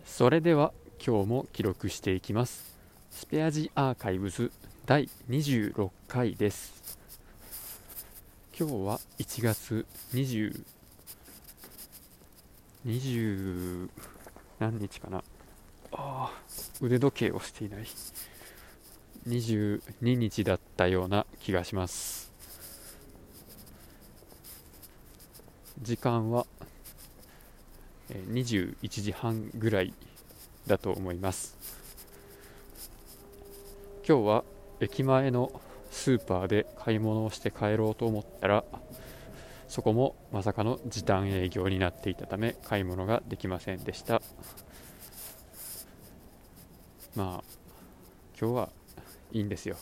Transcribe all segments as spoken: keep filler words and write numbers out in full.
それでは今日も記録していきます。スペアジアーカイブズだいにじゅうろっかいです。今日はいちがつにじゅう、にじゅう何日かな。あー腕時計をしていない。にじゅうににちだったような気がします。時間はえーにじゅういちじはんぐらいだと思います。今日は駅前のスーパーで買い物をして帰ろうと思ったら、そこもまさかの時短営業になっていたため買い物ができませんでした。まあ今日はいいんですよ。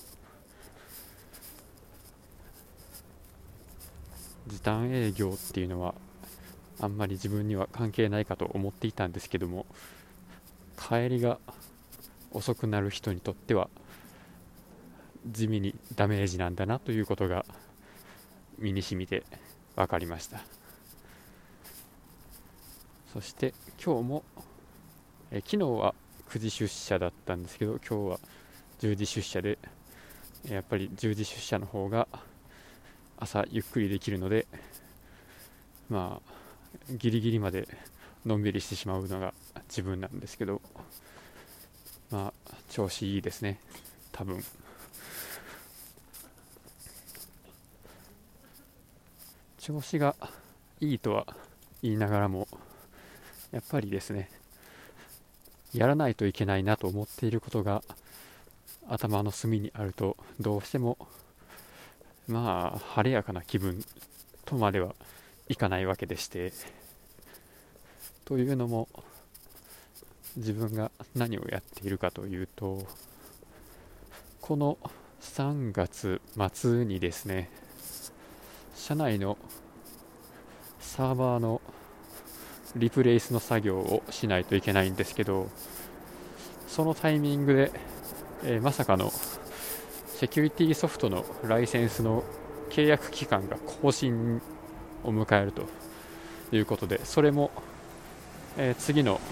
時短営業っていうのはあんまり自分には関係ないかと思っていたんですけども、帰りが遅くなる人にとっては地味にダメージなんだなということが身に染みて分かりました。そして今日もえ昨日はくじ出社だったんですけど、今日はじゅうじ出社で、やっぱりじゅうじ出社の方が朝ゆっくりできるので、まあギリギリまでのんびりしてしまうのが自分なんですけど、まあ調子いいですね。多分調子がいいとは言いながらも、やっぱりですね、やらないといけないなと思っていることが頭の隅にあると、どうしてもまあ晴れやかな気分とまではいかないわけでして、というのも自分が何をやっているかというと、このさんがつ末にですね、社内のサーバーのリプレイスの作業をしないといけないんですけど、そのタイミングで、えーまさかのセキュリティソフトのライセンスの契約期間が更新を迎えるということで、それも、えー次の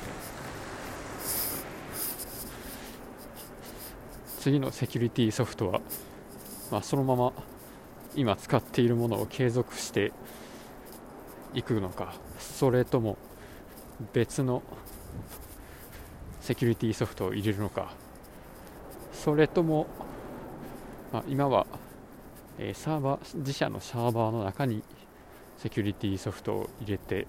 次のセキュリティソフトは、まあ、そのまま今使っているものを継続していくのか、それとも別のセキュリティソフトを入れるのか、それとも、まあ、今は、えーサーバー自社のサーバーの中にセキュリティソフトを入れて、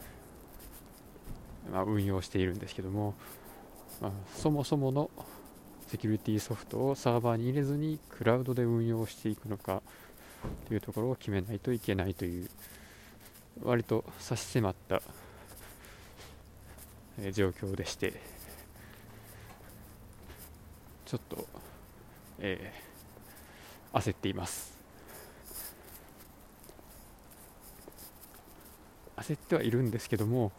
まあ、運用しているんですけども、まあ、そもそものセキュリティソフトをサーバーに入れずにクラウドで運用していくのかというところを決めないといけないという、割と差し迫ったえー状況でして、ちょっと、えー焦っています。焦ってはいるんですけども、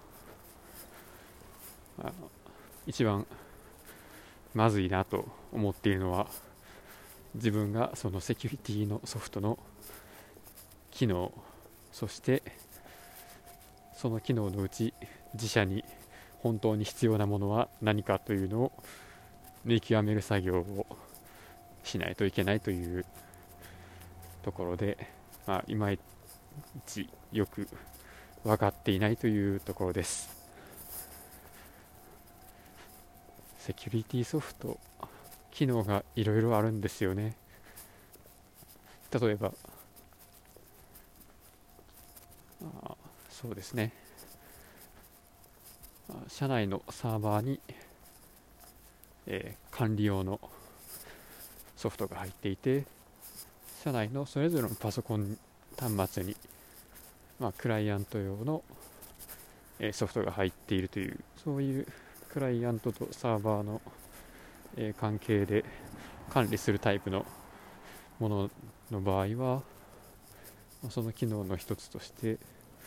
あの一番まずいなと思っているのは、自分がそのセキュリティのソフトの機能、そしてその機能のうち自社に本当に必要なものは何かというのを見極める作業をしないといけないというところで、まあ、いまいちよく分かっていないというところです。セキュリティソフト、機能がいろいろあるんですよね。例えば、あそうですね、社内のサーバーに、えー管理用のソフトが入っていて、社内のそれぞれのパソコン端末に、まあ、クライアント用の、えーソフトが入っているという、そういうクライアントとサーバーの、えー関係で管理するタイプのものの場合は、その機能の一つとして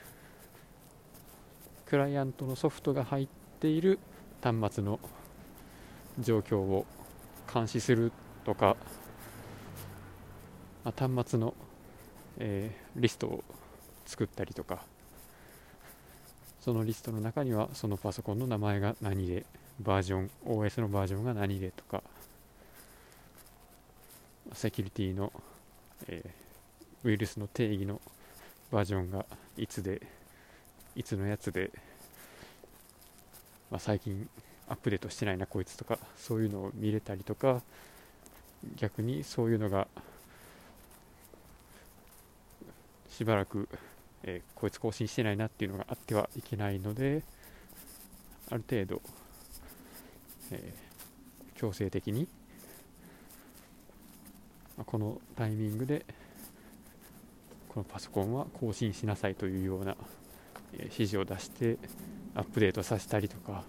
クライアントのソフトが入っている端末の状況を監視するとか、まあ、端末の、えーリストを作ったりとか、 そのリストの中にはそのパソコンの名前が何で、バージョン オーエス のバージョンが何でとか、セキュリティの、えー、ウイルスの定義のバージョンがいつでいつのやつで、まあ、最近アップデートしてないなこいつとか、そういうのを見れたりとか、逆にそういうのがしばらく、えー、こいつ更新してないなっていうのがあってはいけないので、ある程度、えー、強制的にこのタイミングでこのパソコンは更新しなさいというような、えー、指示を出してアップデートさせたりとか、ま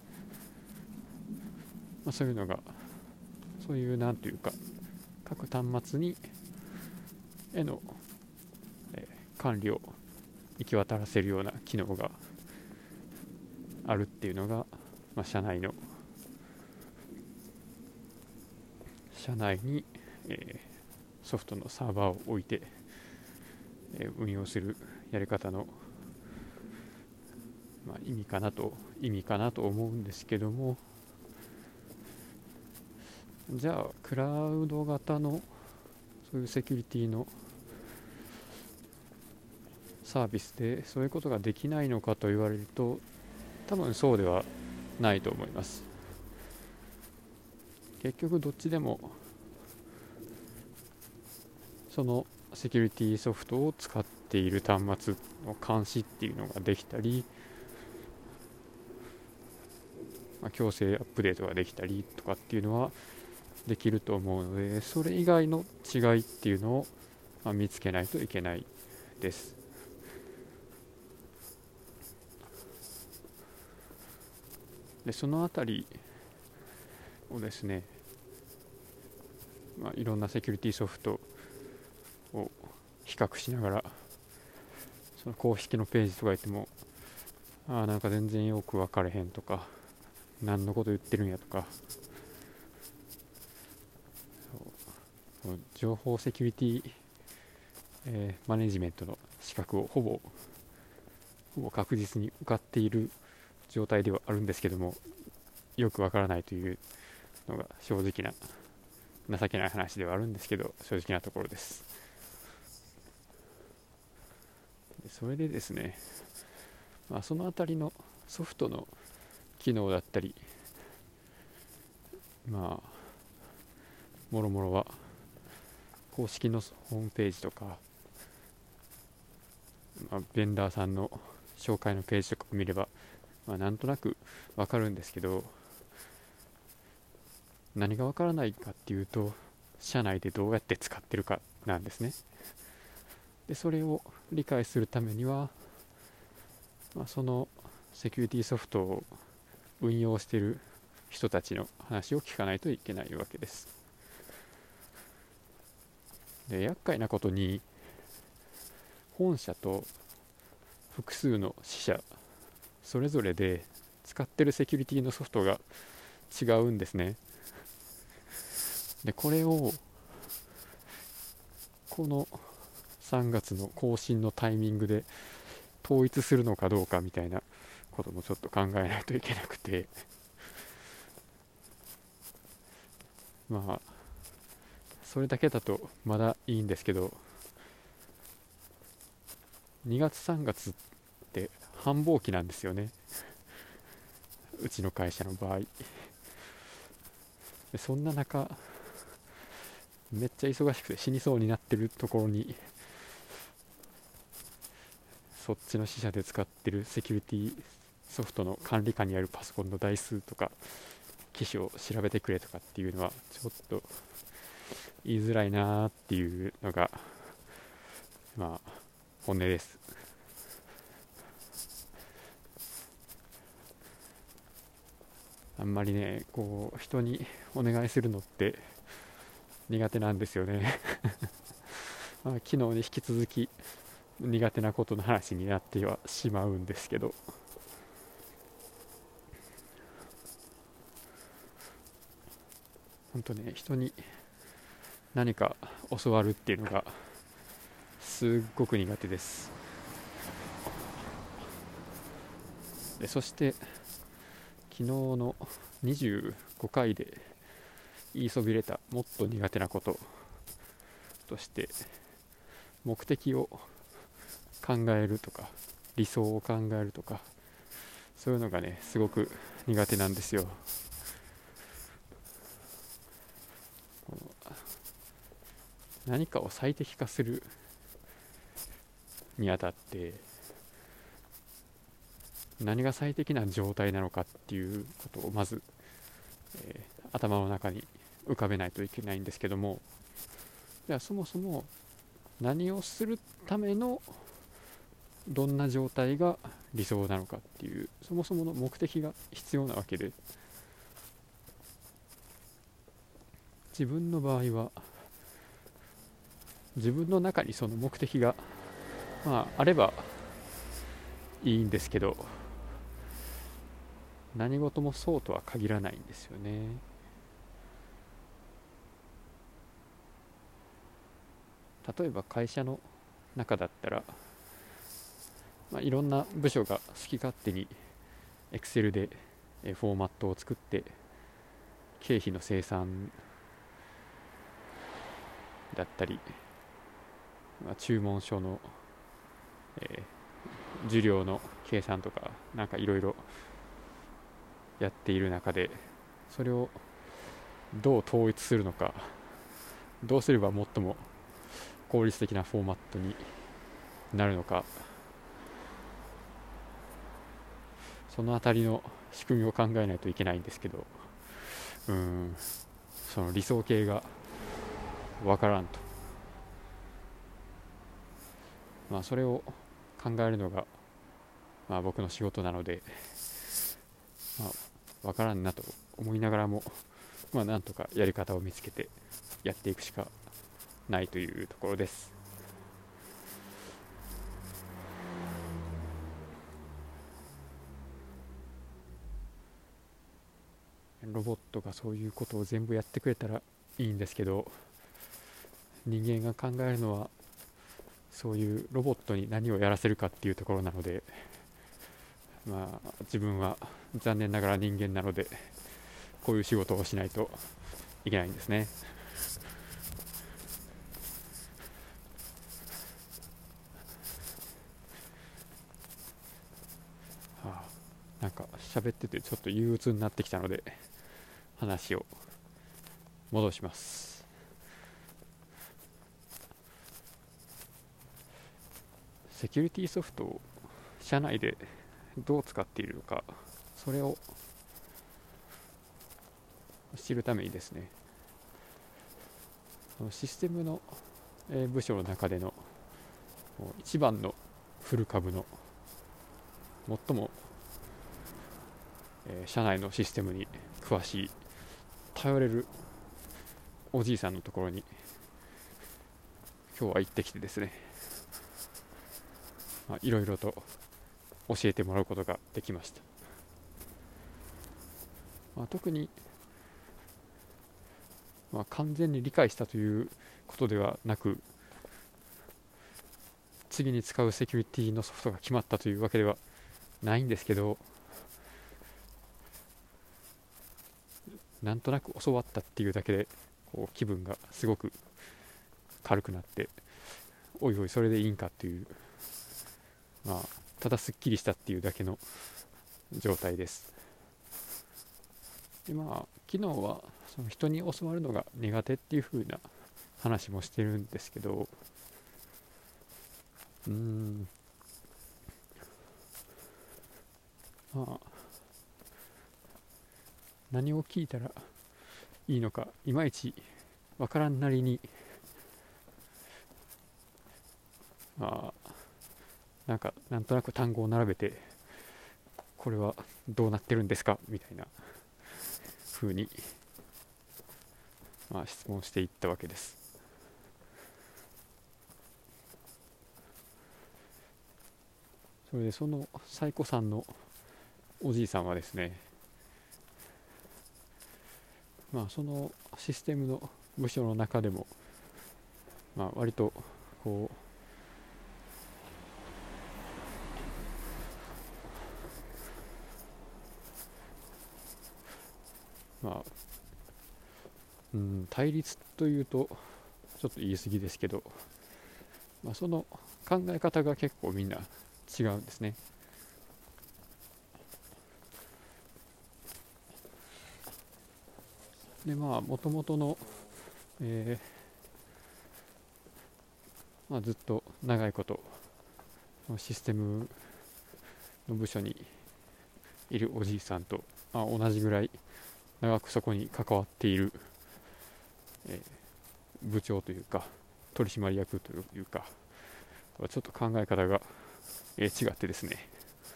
あ、そういうのがそういうなんというか各端末にへの、えー、管理を行き渡らせるような機能があるっていうのが、まあ、社内の社内に、えー、ソフトのサーバーを置いて、えー、運用するやり方の、まあ、意味かなと意味かなと思うんですけども、じゃあクラウド型のそういうセキュリティのサービスでそういうことができないのかと言われると、多分そうではないと思います。結局どっちでもそのセキュリティソフトを使っている端末の監視っていうのができたり、まあ、強制アップデートができたりとかっていうのはできると思うので、それ以外の違いっていうのを、まあ、見つけないといけないです。でそのあたりをですね、まあ、いろんなセキュリティソフトを比較しながら、その公式のページとか言っても、ああなんか全然よく分かれへんとか、何のこと言ってるんやとか、情報セキュリティ、えー、マネジメントの資格をほぼほぼ確実に受かっている状態ではあるんですけども、よくわからないというのが正直な情けない話ではあるんですけど、正直なところです。それでですね、まあ、そのあたりのソフトの機能だったり、まあもろもろは公式のホームページとか、まあ、ベンダーさんの紹介のページとかを見れば、まあ、なんとなくわかるんですけど、何がわからないかっていうと、社内でどうやって使ってるかなんですね。でそれを理解するためには、まあ、そのセキュリティソフトを運用している人たちの話を聞かないといけないわけです。で厄介なことに、本社と複数の支社それぞれで使ってるセキュリティのソフトが違うんですね。でこれをこのさんがつの更新のタイミングで統一するのかどうかみたいなこともちょっと考えないといけなくて、まあそれだけだとまだいいんですけど、にがつさんがつって繁忙期なんですよね、うちの会社の場合。でそんな中めっちゃ忙しくて死にそうになってるところに、そっちの支社で使ってるセキュリティソフトの管理下にあるパソコンの台数とか機種を調べてくれとかっていうのはちょっと言いづらいなーっていうのがまあ本音です。あんまりねこう人にお願いするのって苦手なんですよねまあ昨日に引き続き苦手なことの話になってはしまうんですけど、本当ね人に何か教わるっていうのがすっごく苦手です。 でそして昨日のにじゅうごかいで言いそびれたもっと苦手なこととして、目的を考えるとか理想を考えるとか、そういうのがねすごく苦手なんですよ。何かを最適化するにあたって何が最適な状態なのかっていうことをまず、えー頭の中に浮かべないといけないんですけども、じゃあそもそも何をするためのどんな状態が理想なのかっていう、そもそもの目的が必要なわけで、自分の場合は自分の中にその目的が、まあ、あればいいんですけど、何事もそうとは限らないんですよね。例えば会社の中だったら、まあ、いろんな部署が好き勝手に Excel でフォーマットを作って経費の生産だったり、まあ、注文書の、えー、受領の計算とかなんかいろいろやっている中で、それをどう統一するのか、どうすれば最も効率的なフォーマットになるのか、そのあたりの仕組みを考えないといけないんですけど、うーんその理想形がわからんと、まあ、それを考えるのが、まあ、僕の仕事なので、まあ、わからんなと思いながらも、まあ、なんとかやり方を見つけてやっていくしかないというところです。ロボットがそういうことを全部やってくれたらいいんですけど、人間が考えるのはそういうロボットに何をやらせるかっていうところなので、まあ自分は残念ながら人間なのでこういう仕事をしないといけないんですね。はあ、なんか喋っててちょっと憂鬱になってきたので話を戻します。セキュリティソフトを社内でどう使っているのか、それを知るためにですね、システムの部署の中での一番の古株の最も社内のシステムに詳しい頼れるおじいさんのところに今日は行ってきてですね、いろいろと教えてもらうことができました。まあ、特に、まあ、完全に理解したということではなく、次に使うセキュリティのソフトが決まったというわけではないんですけど、なんとなく教わったっていうだけでこう気分がすごく軽くなって、おいおいそれでいいんかっていう、まあただすっきりしたっていうだけの状態です。でまあ昨日はその人に教わるのが苦手っていう風な話もしてるんですけど、うーんまあ何を聞いたらいいのかいまいちわからんなりに、まあなんかなんとなく単語を並べて、これはどうなってるんですかみたいな風に、まあ、質問していったわけです。それでそのサイコさんのおじいさんはですね、まあ、そのシステムの部署の中でも、まあ、割とこまあ、うん、対立というとちょっと言い過ぎですけど、まあ、その考え方が結構みんな違うんですね。でまあもともとの、えーまあ、ずっと長いことシステムの部署にいるおじいさんと、まあ、同じぐらい長くそこに関わっている、えー部長というか取締役というかちょっと考え方が、えー違ってですね、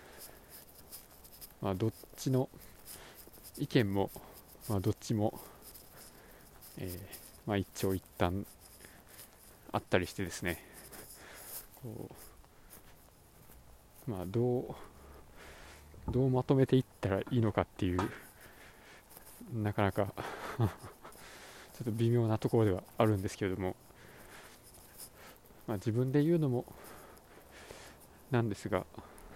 まあ、どっちの意見も、まあ、どっちも、えーまあ、一長一短あったりしてですね、こう、まあ、どうどうまとめていったらいいのかっていうなかなかちょっと微妙なところではあるんですけれども、まあ、自分で言うのもなんですが、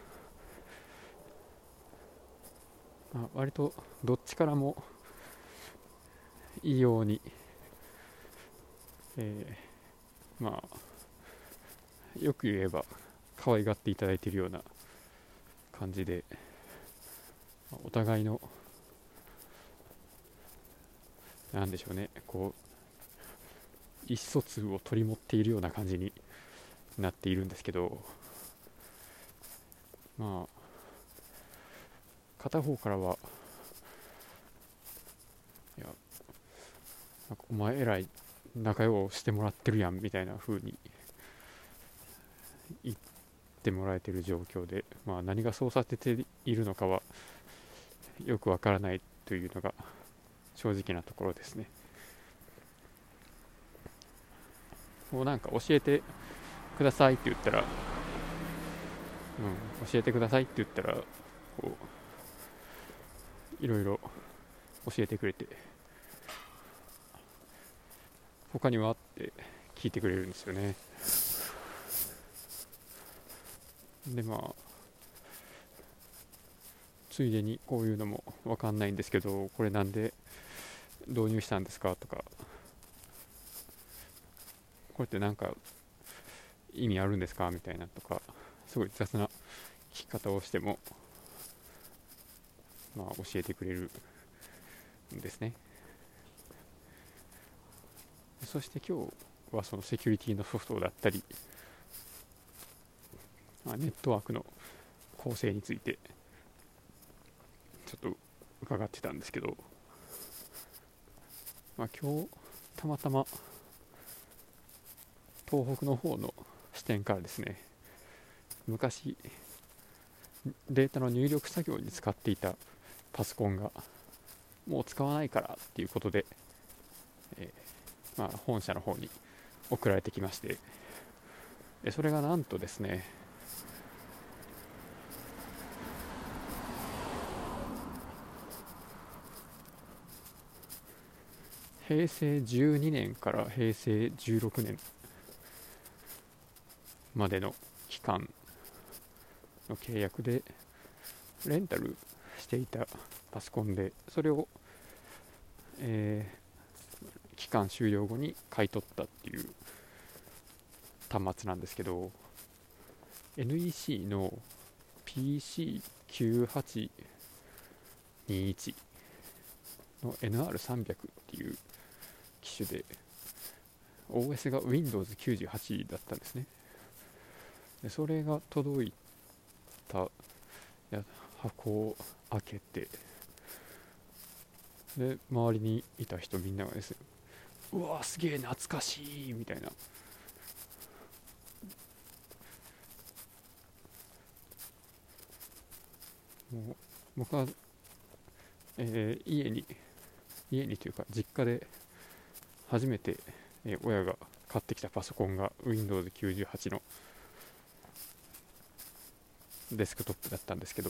まあ、割とどっちからもいいように、えーまあよく言えば可愛がっていただいているような感じで、お互いのなんでしょうね、こう意思疎通を取り持っているような感じになっているんですけど、まあ片方からはいやなんかお前えらい仲良くしてもらってるやんみたいな風に言ってもらえている状況で、まあ、何がそうさせているのかはよくわからないというのが正直なところですね。もうなんか教えてくださいって言ったら、うん、教えてくださいって言ったらこういろいろ教えてくれて、他にはって聞いてくれるんですよね。でまあついでにこういうのも分かんないんですけど、これなんで導入したんですかとか、これってなんか意味あるんですかみたいなとか、すごい雑な聞き方をしても、まあ、教えてくれるんですね。そして今日はそのセキュリティのソフトだったり、まあ、ネットワークの構成についてちょっと伺ってたんですけど、まあ、今日たまたま東北の方の視点からですね、昔データの入力作業に使っていたパソコンがもう使わないからっていうことで、えーまあ、本社の方に送られてきまして、それがなんとですね、へいせいじゅうにねんからへいせいじゅうろくねんまでの期間の契約でレンタルしていたパソコンで、それを、えー、期間終了後に買い取ったっていう端末なんですけど、 エヌイーシー の ピーシーきゅうはちにいち の エヌアールさんびゃく っていう機種で オーエス が ウィンドウズきゅうじゅうはち だったんですね。でそれが届いたや箱を開けて、で周りにいた人みんながですね、うわすげえ懐かしいみたいな、もう僕は、えー家に家にというか実家で初めて、えー親が買ってきたパソコンが ウィンドウズきゅうじゅうはち のデスクトップだったんですけど、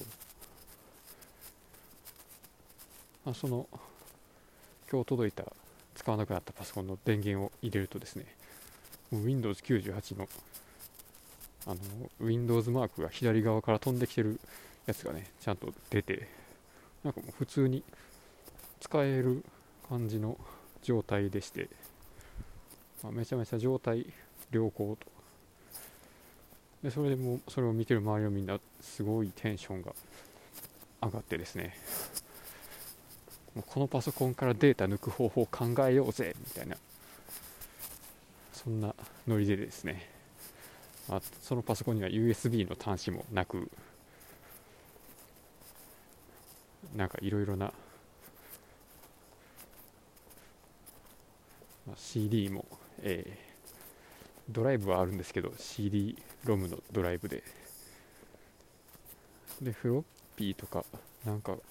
まあ、その今日届いた使わなくなったパソコンの電源を入れるとですね、もう ウィンドウズきゅうじゅうはち のあの Windows マークが左側から飛んできてるやつがねちゃんと出て、なんかもう普通に使える感じの状態でして、まあ、めちゃめちゃ状態良好と。でそれでもそれを見てる周りのみんなすごいテンションが上がってですね、もうこのパソコンからデータ抜く方法を考えようぜみたいな、そんなノリでですね、まあ、そのパソコンには ユーエスビー の端子もなく、なんかいろいろな、まあ、シーディー も、えードライブはあるんですけど シーディー ロムのドライブで、でフロッピーとかなんか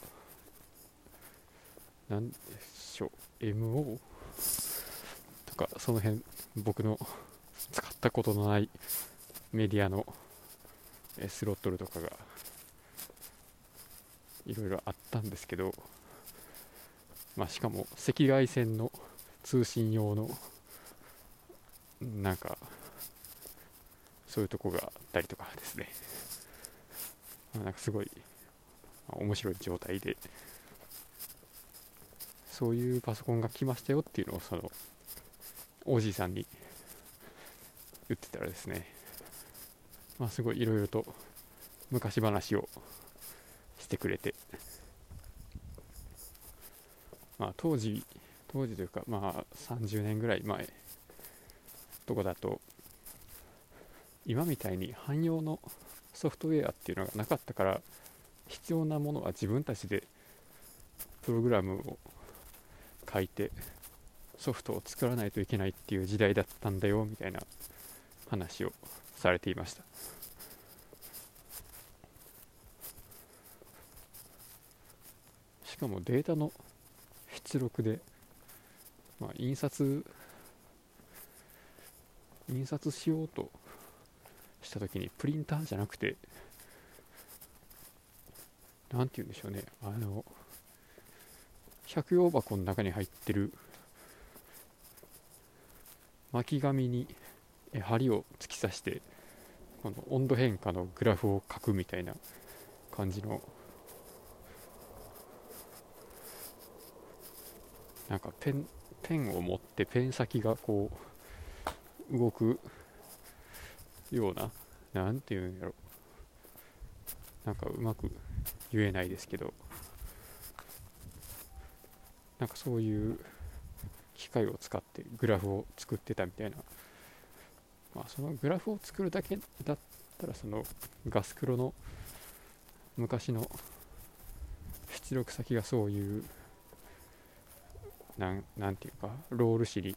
なんでしょう エムオー とか、その辺僕の使ったことのないメディアのスロットルとかがいろいろあったんですけど、まあ、しかも赤外線の通信用のなんかそういうとこがあったりとかですね、まあ、なんかすごい面白い状態で、そういうパソコンが来ましたよっていうのをそのおじいさんに言ってたらですね、まあ、すごいいろいろと昔話をしてくれて、まあ、当時当時というかまあさんじゅうねんぐらい前とかだと今みたいに汎用のソフトウェアっていうのがなかったから、必要なものは自分たちでプログラムを書いてソフトを作らないといけないっていう時代だったんだよみたいな話をされていました。しかもデータの出力で、まあ、印刷印刷しようとした時にプリンターじゃなくて、なんて言うんでしょうね、あの百葉箱の中に入ってる巻き紙に針を突き刺してこの温度変化のグラフを書くみたいな感じの、なんかペンペンを持ってペン先がこう動くような、なんていうんやろ、なんかうまく言えないですけど、なんかそういう機械を使ってグラフを作ってたみたいな、まあ、そのグラフを作るだけだったらそのガスクロの昔の出力先がそういうなん、なんていうかロール紙に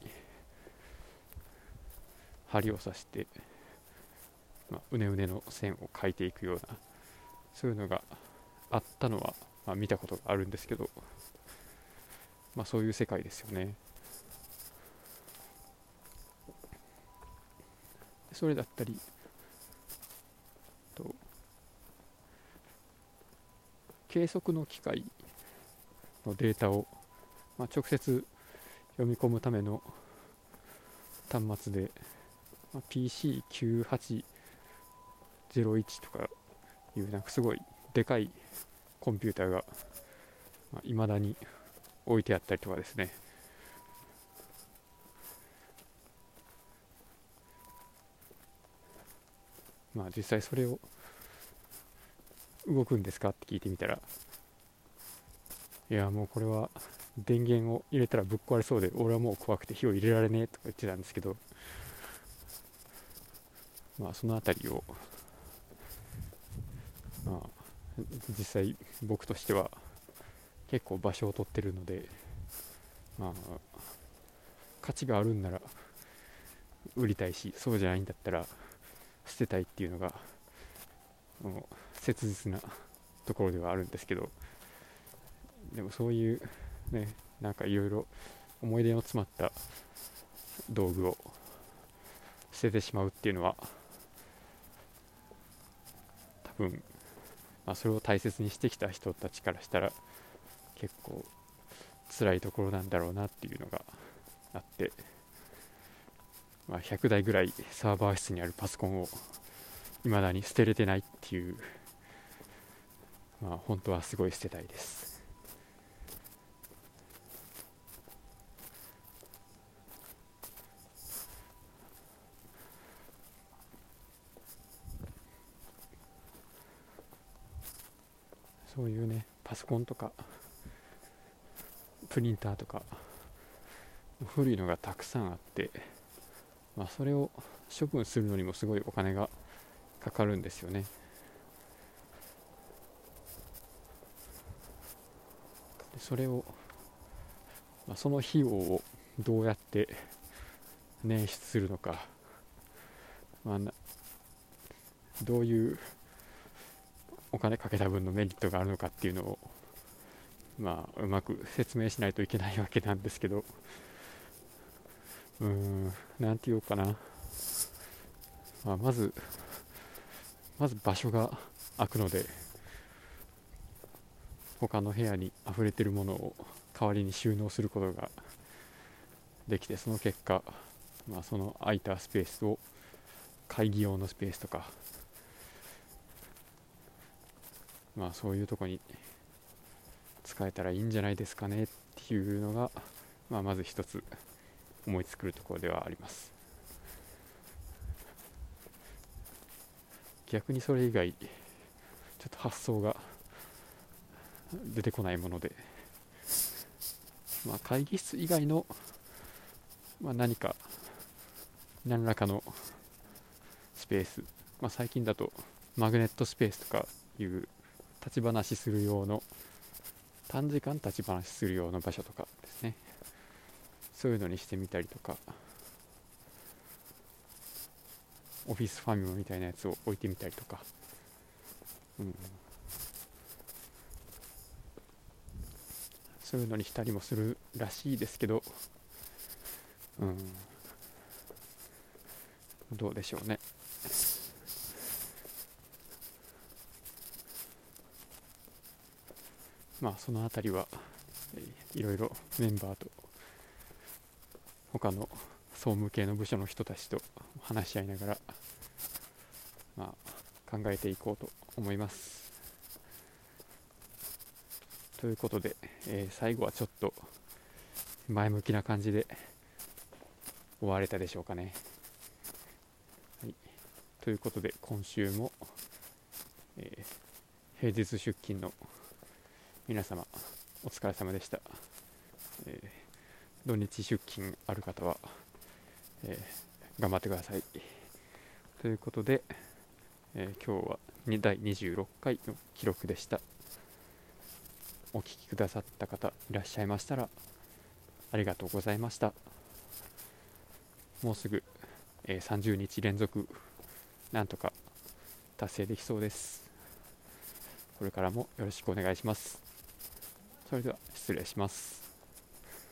針を刺して、まあ、うねうねの線を描いていくような、そういうのがあったのは、まあ、見たことがあるんですけど、まあ、そういう世界ですよね。それだったりと計測の機械のデータを、まあ、直接読み込むための端末で、まあ、ピーシーきゅうはちゼロいち とかいうなんかすごいでかいコンピューターがいまだに置いてあったりとかですね、まあ実際それを動くんですかって聞いてみたら、いやもうこれは電源を入れたらぶっ壊れそうで俺はもう怖くて火を入れられねえとか言ってたんですけど、まあそのあたりを、まあ実際僕としては結構場所を取ってるので、まあ価値があるんなら売りたいし、そうじゃないんだったら捨てたいっていうのがもう切実なところではあるんですけど、でもそういうね、なんかいろいろ思い出の詰まった道具を捨ててしまうっていうのは多分、まあ、それを大切にしてきた人たちからしたら結構辛いところなんだろうなっていうのがあって、まあ、ひゃくだいぐらいサーバー室にあるパソコンを未だに捨てれてないっていう、まあ本当はすごい捨てたいです。 そういうねパソコンとかプリンターとか古いのがたくさんあって、まあ、それを処分するのにもすごいお金がかかるんですよね。でそれを、まあ、その費用をどうやって捻出するのか、まあ、どういうお金かけた分のメリットがあるのかっていうのを、まあ、うまく説明しないといけないわけなんですけど、うーん、なんて言おうかな、まあ、まずまず場所が空くので、他の部屋に溢れてるものを代わりに収納することができて、その結果、まあ、その空いたスペースを会議用のスペースとか、まあそういうとこに使えたらいいんじゃないですかねっていうのが、まあ、まず一つ思いつくるところではあります。逆にそれ以外ちょっと発想が出てこないもので、まあ、会議室以外の、まあ、何か何らかのスペース、まあ、最近だとマグネットスペースとかいう立ち話する用の短時間立ち話する用の場所とかですね、そういうのにしてみたりとか、オフィスファミマみたいなやつを置いてみたりとか、うん、そういうのにしたりもするらしいですけど、うん、どうでしょうね。まあそのあたりは、いろいろメンバーと他の総務系の部署の人たちと話し合いながら、まあ、考えていこうと思います。ということで、えー、最後はちょっと前向きな感じで終われたでしょうかね。はい、ということで今週も、えー、平日出勤の皆様お疲れ様でした。えー、土日出勤ある方は、えー、頑張ってください。ということで、えー、今日はだいにじゅうろっかいの記録でした。お聞きくださった方いらっしゃいましたらありがとうございました。もうすぐ、えー、さんじゅうにち連続なんとか達成できそうです。これからもよろしくお願いします。それでは失礼します。